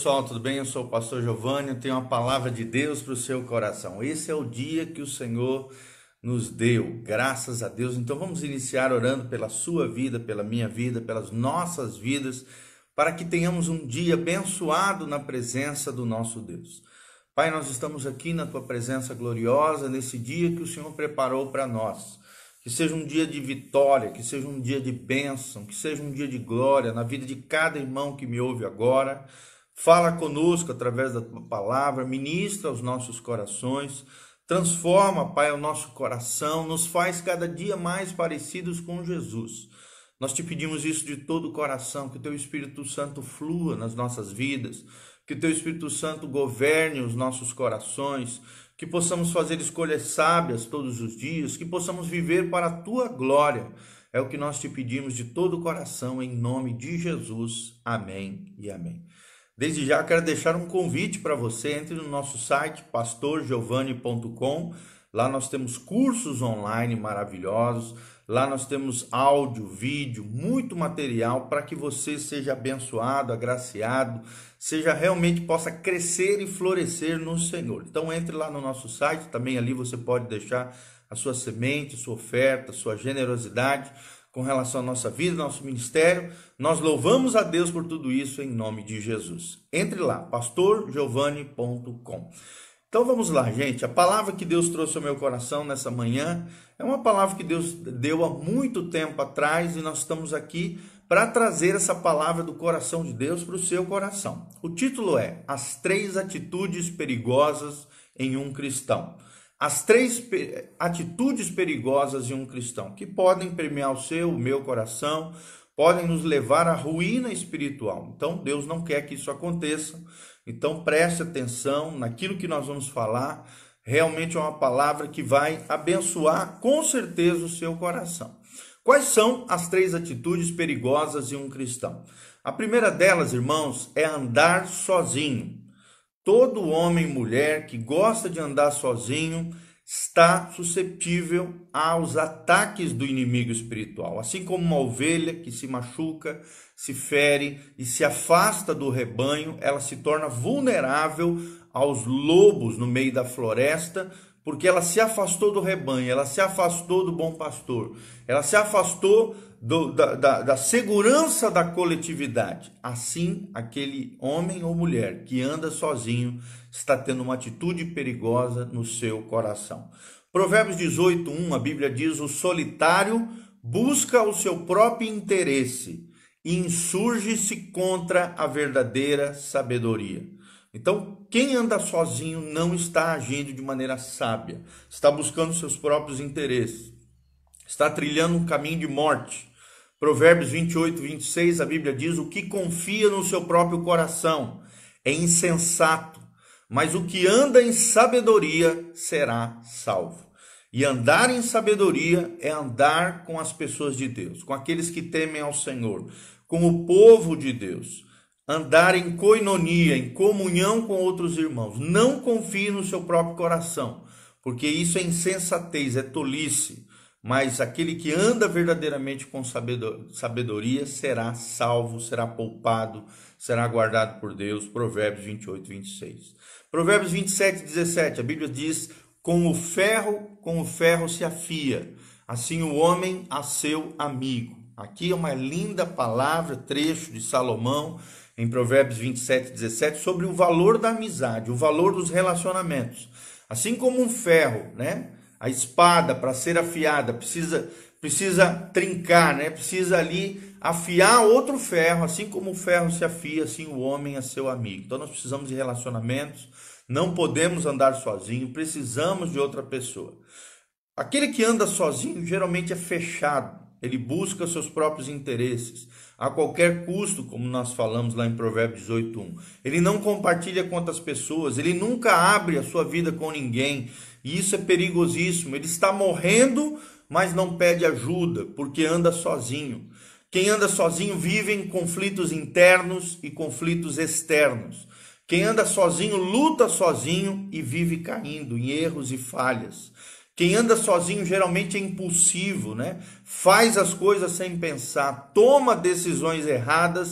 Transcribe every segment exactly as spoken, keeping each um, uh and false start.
pessoal, tudo bem? Eu sou o pastor Giovanni, eu tenho uma palavra de Deus para o seu coração. Esse é o dia que o Senhor nos deu, graças a Deus. Então vamos iniciar orando pela sua vida, pela minha vida, pelas nossas vidas, para que tenhamos um dia abençoado na presença do nosso Deus. Pai, nós estamos aqui na tua presença gloriosa, nesse dia que o Senhor preparou para nós. Que seja um dia de vitória, que seja um dia de bênção, que seja um dia de glória na vida de cada irmão que me ouve agora. Fala conosco através da tua palavra, ministra os nossos corações, transforma, Pai, o nosso coração, nos faz cada dia mais parecidos com Jesus. Nós te pedimos isso de todo o coração, que o teu Espírito Santo flua nas nossas vidas, que o teu Espírito Santo governe os nossos corações, que possamos fazer escolhas sábias todos os dias, que possamos viver para a tua glória. É o que nós te pedimos de todo o coração, em nome de Jesus. Amém e amém. Desde já quero deixar um convite para você. Entre no nosso site pastor giovanni ponto com. Lá nós temos cursos online maravilhosos. Lá nós temos áudio, vídeo, muito material para que você seja abençoado, agraciado, seja realmente possa crescer e florescer no Senhor. Então entre lá no nosso site, também ali você pode deixar a sua semente, sua oferta, sua generosidade com relação à nossa vida, nosso ministério. Nós louvamos a Deus por tudo isso em nome de Jesus. Entre lá, pastor giovanni ponto com. Então vamos lá, gente. A palavra que Deus trouxe ao meu coração nessa manhã é uma palavra que Deus deu há muito tempo atrás e nós estamos aqui para trazer essa palavra do coração de Deus para o seu coração. O título é As Três Atitudes Perigosas em um Cristão. As três pe- atitudes perigosas em um cristão que podem permear o seu, o meu coração, podem nos levar à ruína espiritual. Então Deus não quer que isso aconteça. Então preste atenção naquilo que nós vamos falar. Realmente é uma palavra que vai abençoar com certeza o seu coração. Quais são as três atitudes perigosas em um cristão? A primeira delas, irmãos, é andar sozinho. Todo homem e mulher que gosta de andar sozinho está suscetível aos ataques do inimigo espiritual. Assim como uma ovelha que se machuca, se fere e se afasta do rebanho, ela se torna vulnerável aos lobos no meio da floresta, porque ela se afastou do rebanho, ela se afastou do bom pastor, ela se afastou do, da, da, da segurança da coletividade. Assim, aquele homem ou mulher que anda sozinho está tendo uma atitude perigosa no seu coração. Provérbios dezoito, um, a Bíblia diz: o solitário busca o seu próprio interesse e insurge-se contra a verdadeira sabedoria. Então, quem anda sozinho não está agindo de maneira sábia, está buscando seus próprios interesses, está trilhando um caminho de morte. Provérbios vinte e oito, vinte e seis, a Bíblia diz: o que confia no seu próprio coração é insensato, mas o que anda em sabedoria será salvo. E andar em sabedoria é andar com as pessoas de Deus, com aqueles que temem ao Senhor, com o povo de Deus. Andar em coinonia, em comunhão com outros irmãos. Não confie no seu próprio coração, porque isso é insensatez, é tolice. Mas aquele que anda verdadeiramente com sabedoria será salvo, será poupado, será guardado por Deus. Provérbios vinte e oito, vinte e seis. Provérbios vinte e sete, dezessete, a Bíblia diz: com o ferro, com o ferro se afia, assim o homem a seu amigo. Aqui é uma linda palavra, trecho de Salomão, em Provérbios vinte e sete, dezessete, sobre o valor da amizade, o valor dos relacionamentos. Assim como um ferro, né? A espada, para ser afiada, precisa, precisa trincar, né? Precisa ali afiar outro ferro. Assim como o ferro se afia, assim o homem é seu amigo. Então nós precisamos de relacionamentos, não podemos andar sozinho, precisamos de outra pessoa. Aquele que anda sozinho geralmente é fechado. Ele busca seus próprios interesses a qualquer custo, como nós falamos lá em Provérbios dezoito, um. Ele não compartilha com outras pessoas, ele nunca abre a sua vida com ninguém, e isso é perigosíssimo. Ele está morrendo, mas não pede ajuda, porque anda sozinho. Quem anda sozinho vive em conflitos internos e conflitos externos. Quem anda sozinho luta sozinho e vive caindo em erros e falhas. Quem anda sozinho geralmente é impulsivo, né? Faz as coisas sem pensar, toma decisões erradas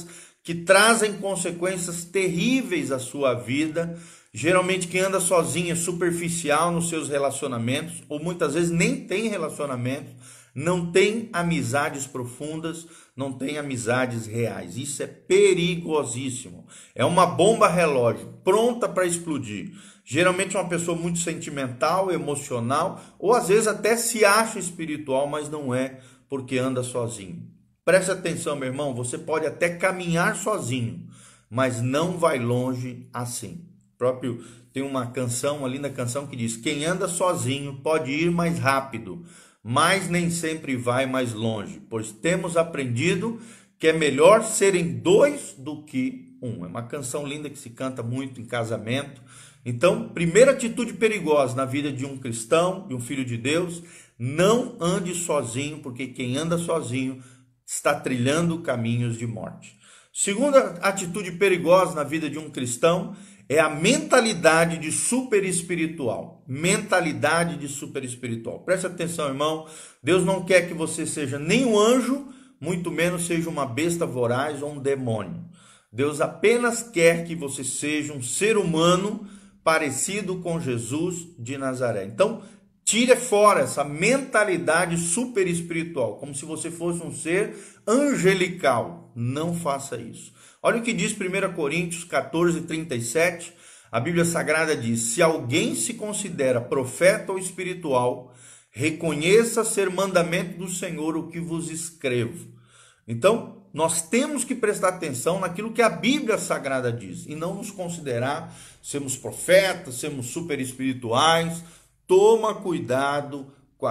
que trazem consequências terríveis à sua vida. Geralmente quem anda sozinho é superficial nos seus relacionamentos, ou muitas vezes nem tem relacionamentos, não tem amizades profundas, não tem amizades reais. Isso é perigosíssimo. É uma bomba relógio, pronta para explodir. Geralmente é uma pessoa muito sentimental, emocional, ou às vezes até se acha espiritual, mas não é, porque anda sozinho. Preste atenção, meu irmão, você pode até caminhar sozinho, mas não vai longe assim. Próprio tem uma canção, uma linda canção que diz: quem anda sozinho pode ir mais rápido, mas nem sempre vai mais longe, pois temos aprendido que é melhor serem dois do que um. É uma canção linda que se canta muito em casamento. Então, primeira atitude perigosa na vida de um cristão, de um filho de Deus: não ande sozinho, porque quem anda sozinho está trilhando caminhos de morte. Segunda atitude perigosa na vida de um cristão é a mentalidade de super espiritual. Mentalidade de super espiritual. Preste atenção, irmão. Deus não quer que você seja nem um anjo, muito menos seja uma besta voraz ou um demônio. Deus apenas quer que você seja um ser humano parecido com Jesus de Nazaré. Então, tire fora essa mentalidade super espiritual, como se você fosse um ser angelical. Não faça isso. Olha o que diz primeira Coríntios quatorze, trinta e sete. A Bíblia Sagrada diz: se alguém se considera profeta ou espiritual, reconheça ser mandamento do Senhor o que vos escrevo. Então, nós temos que prestar atenção naquilo que a Bíblia Sagrada diz, e não nos considerar sermos profetas, sermos super espirituais. Toma cuidado,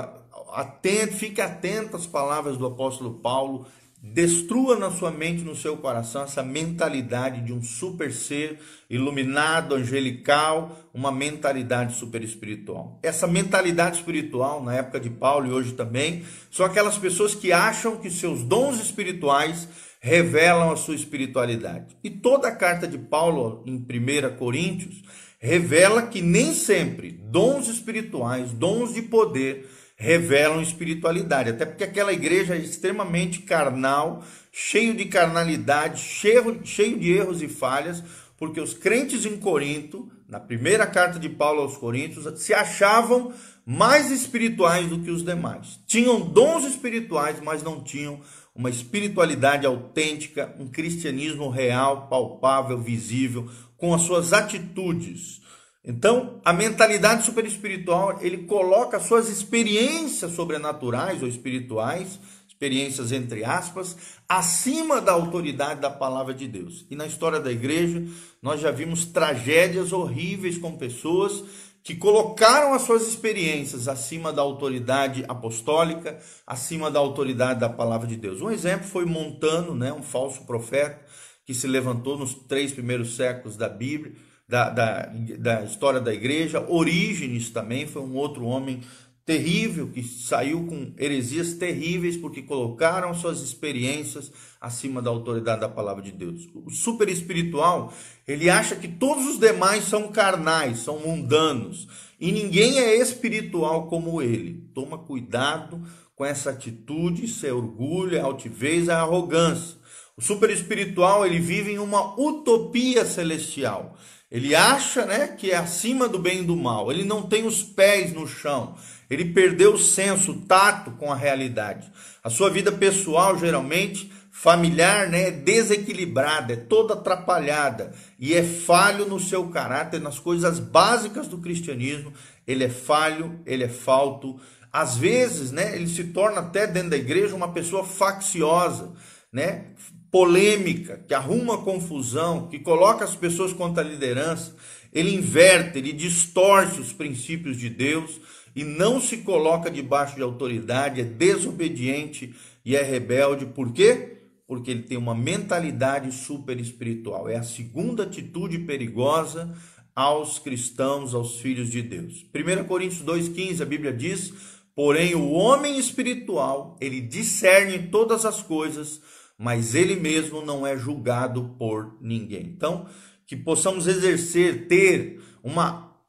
atento, fique atento às palavras do apóstolo Paulo. Destrua na sua mente, no seu coração, essa mentalidade de um super ser iluminado, angelical, uma mentalidade super espiritual. Essa mentalidade espiritual, na época de Paulo e hoje também, são aquelas pessoas que acham que seus dons espirituais revelam a sua espiritualidade. E toda a carta de Paulo, em primeira Coríntios, revela que nem sempre dons espirituais, dons de poder, revelam espiritualidade, até porque aquela igreja é extremamente carnal, cheio de carnalidade, cheio, cheio de erros e falhas, porque os crentes em Corinto, na primeira carta de Paulo aos Coríntios, se achavam mais espirituais do que os demais. Tinham dons espirituais, mas não tinham uma espiritualidade autêntica, um cristianismo real, palpável, visível, com as suas atitudes. Então, a mentalidade super espiritual, ele coloca suas experiências sobrenaturais ou espirituais, experiências entre aspas, acima da autoridade da palavra de Deus. E na história da igreja, nós já vimos tragédias horríveis com pessoas que colocaram as suas experiências acima da autoridade apostólica, acima da autoridade da palavra de Deus. Um exemplo foi Montano, né, um falso profeta que se levantou nos três primeiros séculos da Bíblia, Da, da, da história da igreja. Orígenes também foi um outro homem terrível que saiu com heresias terríveis porque colocaram suas experiências acima da autoridade da palavra de Deus. O super espiritual, ele acha que todos os demais são carnais, são mundanos, e ninguém é espiritual como ele. Toma cuidado com essa atitude, isso é orgulho, é altivez, é arrogância. O super espiritual, ele vive em uma utopia celestial. Ele acha, né, que é acima do bem e do mal. Ele não tem os pés no chão. Ele perdeu o senso, o tato com a realidade. A sua vida pessoal, geralmente, familiar, né, é desequilibrada, é toda atrapalhada. E é falho no seu caráter, nas coisas básicas do cristianismo. Ele é falho, ele é falto. Às vezes, né, ele se torna até dentro da igreja uma pessoa facciosa, né, polêmica, que arruma confusão, que coloca as pessoas contra a liderança. Ele inverte, ele distorce os princípios de Deus e não se coloca debaixo de autoridade, é desobediente e é rebelde. Por quê? Porque ele tem uma mentalidade super espiritual. É a segunda atitude perigosa aos cristãos, aos filhos de Deus. primeira Coríntios dois, quinze, a Bíblia diz: porém o homem espiritual, ele discerne todas as coisas, mas ele mesmo não é julgado por ninguém. Então, que possamos exercer, ter uma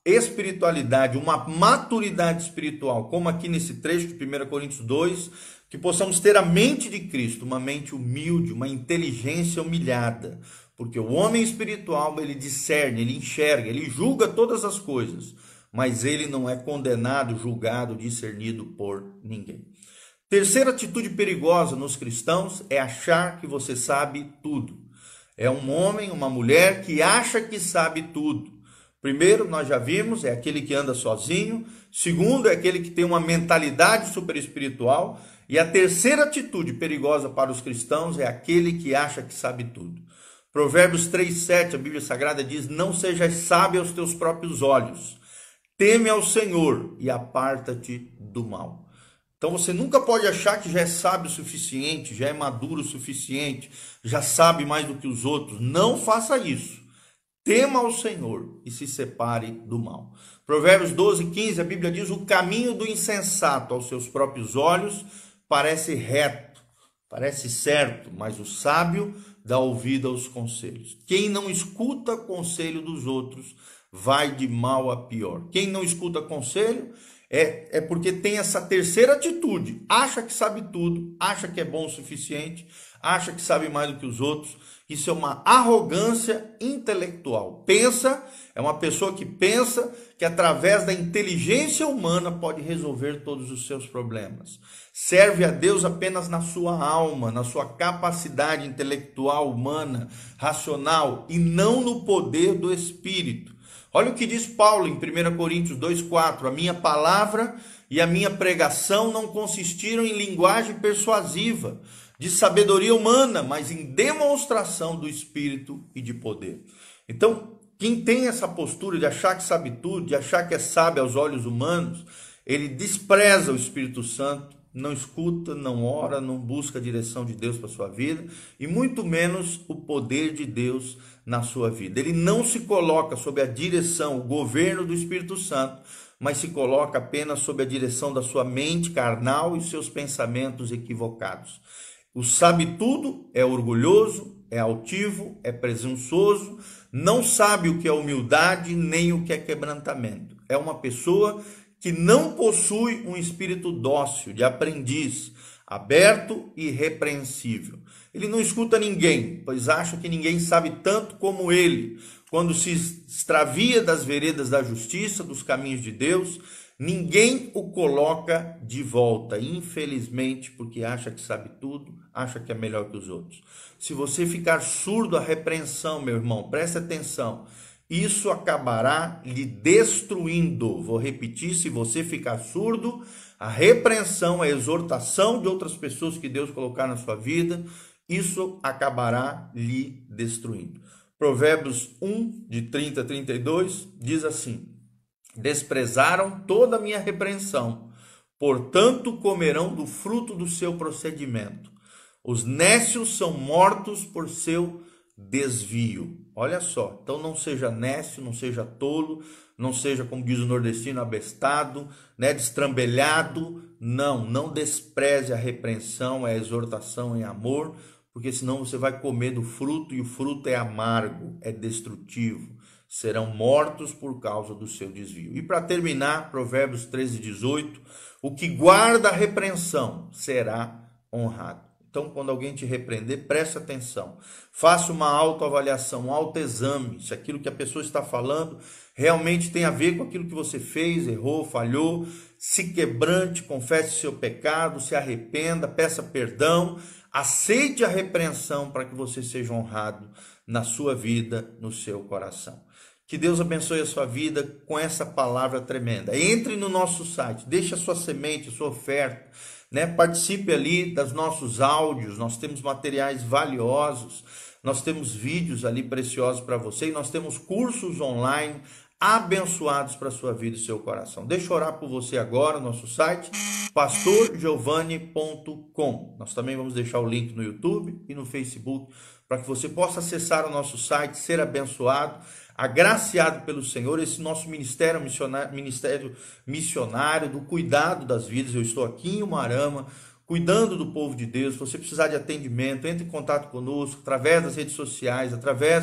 espiritualidade, uma maturidade espiritual, como aqui nesse trecho de primeira Coríntios dois, que possamos ter a mente de Cristo, uma mente humilde, uma inteligência humilhada, porque o homem espiritual, ele discerne, ele enxerga, ele julga todas as coisas, mas ele não é condenado, julgado, discernido por ninguém. Terceira atitude perigosa nos cristãos é achar que você sabe tudo. É um homem, uma mulher que acha que sabe tudo. Primeiro, nós já vimos, é aquele que anda sozinho. Segundo, é aquele que tem uma mentalidade super espiritual. E a terceira atitude perigosa para os cristãos é aquele que acha que sabe tudo. Provérbios três, sete, a Bíblia Sagrada diz: não sejas sábio aos teus próprios olhos. Teme ao Senhor e aparta-te do mal. Então você nunca pode achar que já é sábio o suficiente, já é maduro o suficiente, já sabe mais do que os outros. Não faça isso. Tema ao Senhor e se separe do mal. Provérbios doze, quinze, a Bíblia diz: o caminho do insensato aos seus próprios olhos parece reto, parece certo, mas o sábio dá ouvido aos conselhos. Quem não escuta conselho dos outros vai de mal a pior. Quem não escuta conselho é, é porque tem essa terceira atitude. Acha que sabe tudo, acha que é bom o suficiente, acha que sabe mais do que os outros. Isso é uma arrogância intelectual. Pensa, é uma pessoa que pensa que através da inteligência humana pode resolver todos os seus problemas. Serve a Deus apenas na sua alma, na sua capacidade intelectual, humana, racional, e não no poder do Espírito. Olha o que diz Paulo em primeira Coríntios dois, quatro. A minha palavra e a minha pregação não consistiram em linguagem persuasiva, de sabedoria humana, mas em demonstração do Espírito e de poder. Então, quem tem essa postura de achar que sabe tudo, de achar que é sábio aos olhos humanos, ele despreza o Espírito Santo, não escuta, não ora, não busca a direção de Deus para a sua vida, e muito menos o poder de Deus na sua vida. Ele não se coloca sob a direção, o governo do Espírito Santo, mas se coloca apenas sob a direção da sua mente carnal e seus pensamentos equivocados. O sabe tudo é orgulhoso, é altivo, é presunçoso, não sabe o que é humildade nem o que é quebrantamento. É uma pessoa que não possui um espírito dócil, de aprendiz, aberto e repreensível. Ele não escuta ninguém, pois acha que ninguém sabe tanto como ele. Quando se extravia das veredas da justiça, dos caminhos de Deus, ninguém o coloca de volta, infelizmente, porque acha que sabe tudo, acha que é melhor que os outros. Se você ficar surdo à repreensão, meu irmão, preste atenção, isso acabará lhe destruindo. Vou repetir, se você ficar surdo, a repreensão, a exortação de outras pessoas que Deus colocar na sua vida, isso acabará lhe destruindo. Provérbios um, de trinta a trinta e dois, diz assim: desprezaram toda a minha repreensão, portanto comerão do fruto do seu procedimento. Os nécios são mortos por seu desvio. Olha só, então não seja nécio, não seja tolo, não seja, como diz o nordestino, abestado, né, destrambelhado. Não, não despreze a repreensão, a exortação em amor, porque senão você vai comer do fruto e o fruto é amargo, é destrutivo. Serão mortos por causa do seu desvio. E para terminar, Provérbios treze, dezoito, o que guarda a repreensão será honrado. Então, quando alguém te repreender, preste atenção. Faça uma autoavaliação, um autoexame, se aquilo que a pessoa está falando realmente tem a ver com aquilo que você fez, errou, falhou. Se quebrante, confesse seu pecado, se arrependa, peça perdão, aceite a repreensão para que você seja honrado na sua vida, no seu coração. Que Deus abençoe a sua vida com essa palavra tremenda. Entre no nosso site, deixe a sua semente, a sua oferta, né? Participe ali dos nossos áudios, nós temos materiais valiosos, nós temos vídeos ali preciosos para você e nós temos cursos online abençoados para a sua vida e seu coração. Deixa eu orar por você agora, nosso site, pastor giovanni ponto com. Nós também vamos deixar o link no YouTube e no Facebook para que você possa acessar o nosso site, ser abençoado, agraciado pelo Senhor. Esse nosso ministério missionário, ministério missionário do cuidado das vidas. Eu estou aqui em Umuarama, cuidando do povo de Deus. Se você precisar de atendimento, entre em contato conosco, através das redes sociais, através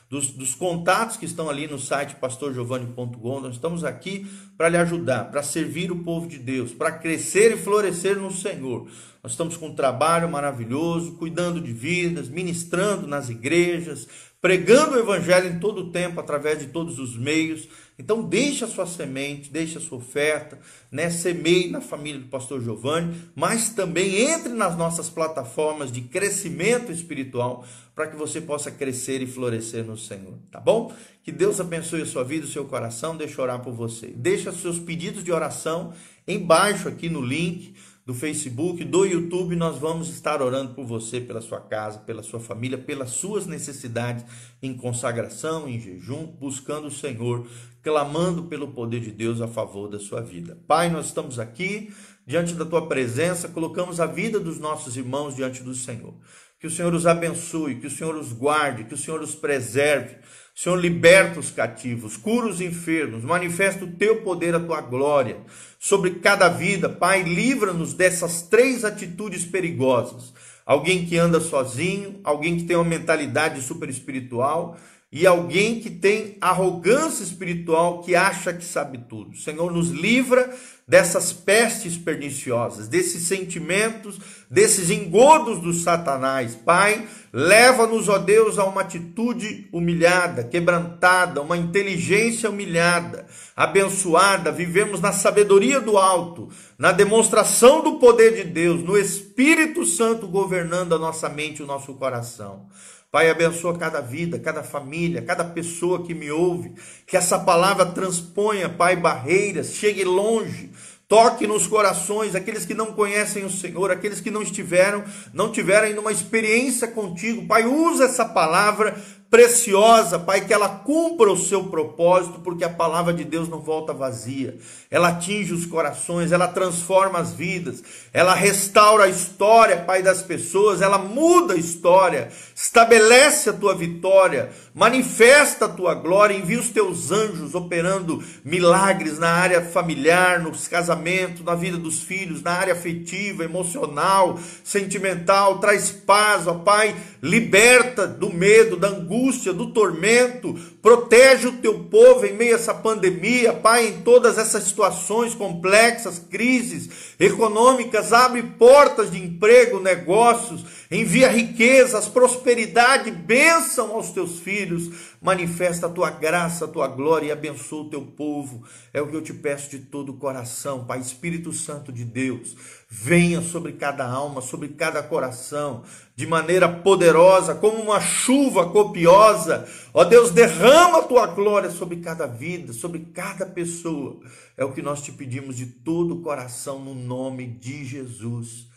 dos, dos contatos que estão ali no site pastor giovanni ponto com. Nós estamos aqui para lhe ajudar, para servir o povo de Deus, para crescer e florescer no Senhor. Nós estamos com um trabalho maravilhoso, cuidando de vidas, ministrando nas igrejas, pregando o evangelho em todo o tempo, através de todos os meios. Então deixe a sua semente, deixe a sua oferta, né? Semeie na família do pastor Giovanni, mas também entre nas nossas plataformas de crescimento espiritual, para que você possa crescer e florescer no Senhor, tá bom? Que Deus abençoe a sua vida, o seu coração. Deixa eu orar por você. Deixa os seus pedidos de oração embaixo aqui no link do Facebook, do YouTube. Nós vamos estar orando por você, pela sua casa, pela sua família, pelas suas necessidades em consagração, em jejum, buscando o Senhor, clamando pelo poder de Deus a favor da sua vida. Pai, nós estamos aqui diante da tua presença, colocamos a vida dos nossos irmãos diante do Senhor. Que o Senhor os abençoe, que o Senhor os guarde, que o Senhor os preserve. O Senhor liberta os cativos, cura os enfermos, manifesta o teu poder, a tua glória sobre cada vida. Pai, livra-nos dessas três atitudes perigosas. Alguém que anda sozinho, alguém que tem uma mentalidade super espiritual e alguém que tem arrogância espiritual, que acha que sabe tudo. Senhor, nos livra dessas pestes perniciosas, desses sentimentos, desses engodos do Satanás. Pai, leva-nos, ó Deus, a uma atitude humilhada, quebrantada, uma inteligência humilhada, abençoada. Vivemos na sabedoria do alto, na demonstração do poder de Deus, no Espírito Santo governando a nossa mente e o nosso coração. Pai, abençoa cada vida, cada família, cada pessoa que me ouve, que essa palavra transponha, Pai, barreiras, chegue longe, toque nos corações, aqueles que não conhecem o Senhor, aqueles que não estiveram, não tiveram ainda uma experiência contigo. Pai, usa essa palavra preciosa, Pai, que ela cumpra o seu propósito, porque a palavra de Deus não volta vazia. Ela atinge os corações, ela transforma as vidas, ela restaura a história, Pai, das pessoas, ela muda a história, estabelece a tua vitória, manifesta a tua glória, envia os teus anjos operando milagres na área familiar, nos casamentos, na vida dos filhos, na área afetiva, emocional, sentimental. Traz paz, ó Pai, liberta do medo, da angústia, do tormento, protege o teu povo em meio a essa pandemia, Pai, em todas essas situações complexas, crises econômicas. Abre portas de emprego, negócios, envia riquezas, prosperidade, bênção aos teus filhos, manifesta a tua graça, a tua glória e abençoa o teu povo. É o que eu te peço de todo o coração, Pai. Espírito Santo de Deus, venha sobre cada alma, sobre cada coração, de maneira poderosa, como uma chuva copiosa. Ó Deus, derrama a tua glória sobre cada vida, sobre cada pessoa. É o que nós te pedimos de todo o coração, no nome de Jesus.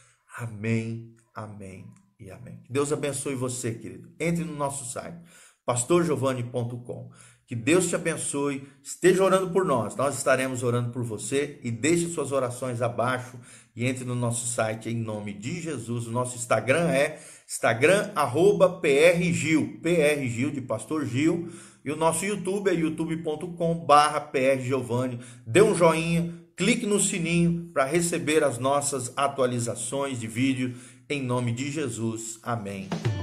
Amém, amém e amém. Que Deus abençoe você, querido. Entre no nosso site, pastor giovanni ponto com. Que Deus te abençoe. Esteja orando por nós. Nós estaremos orando por você. E deixe suas orações abaixo e entre no nosso site em nome de Jesus. O nosso Instagram é Instagram arroba prgil, prgil de Pastor Gil. E o nosso YouTube é youtube ponto com barra prgiovanni. Dê um joinha, clique no sininho para receber as nossas atualizações de vídeo em nome de Jesus. Amém.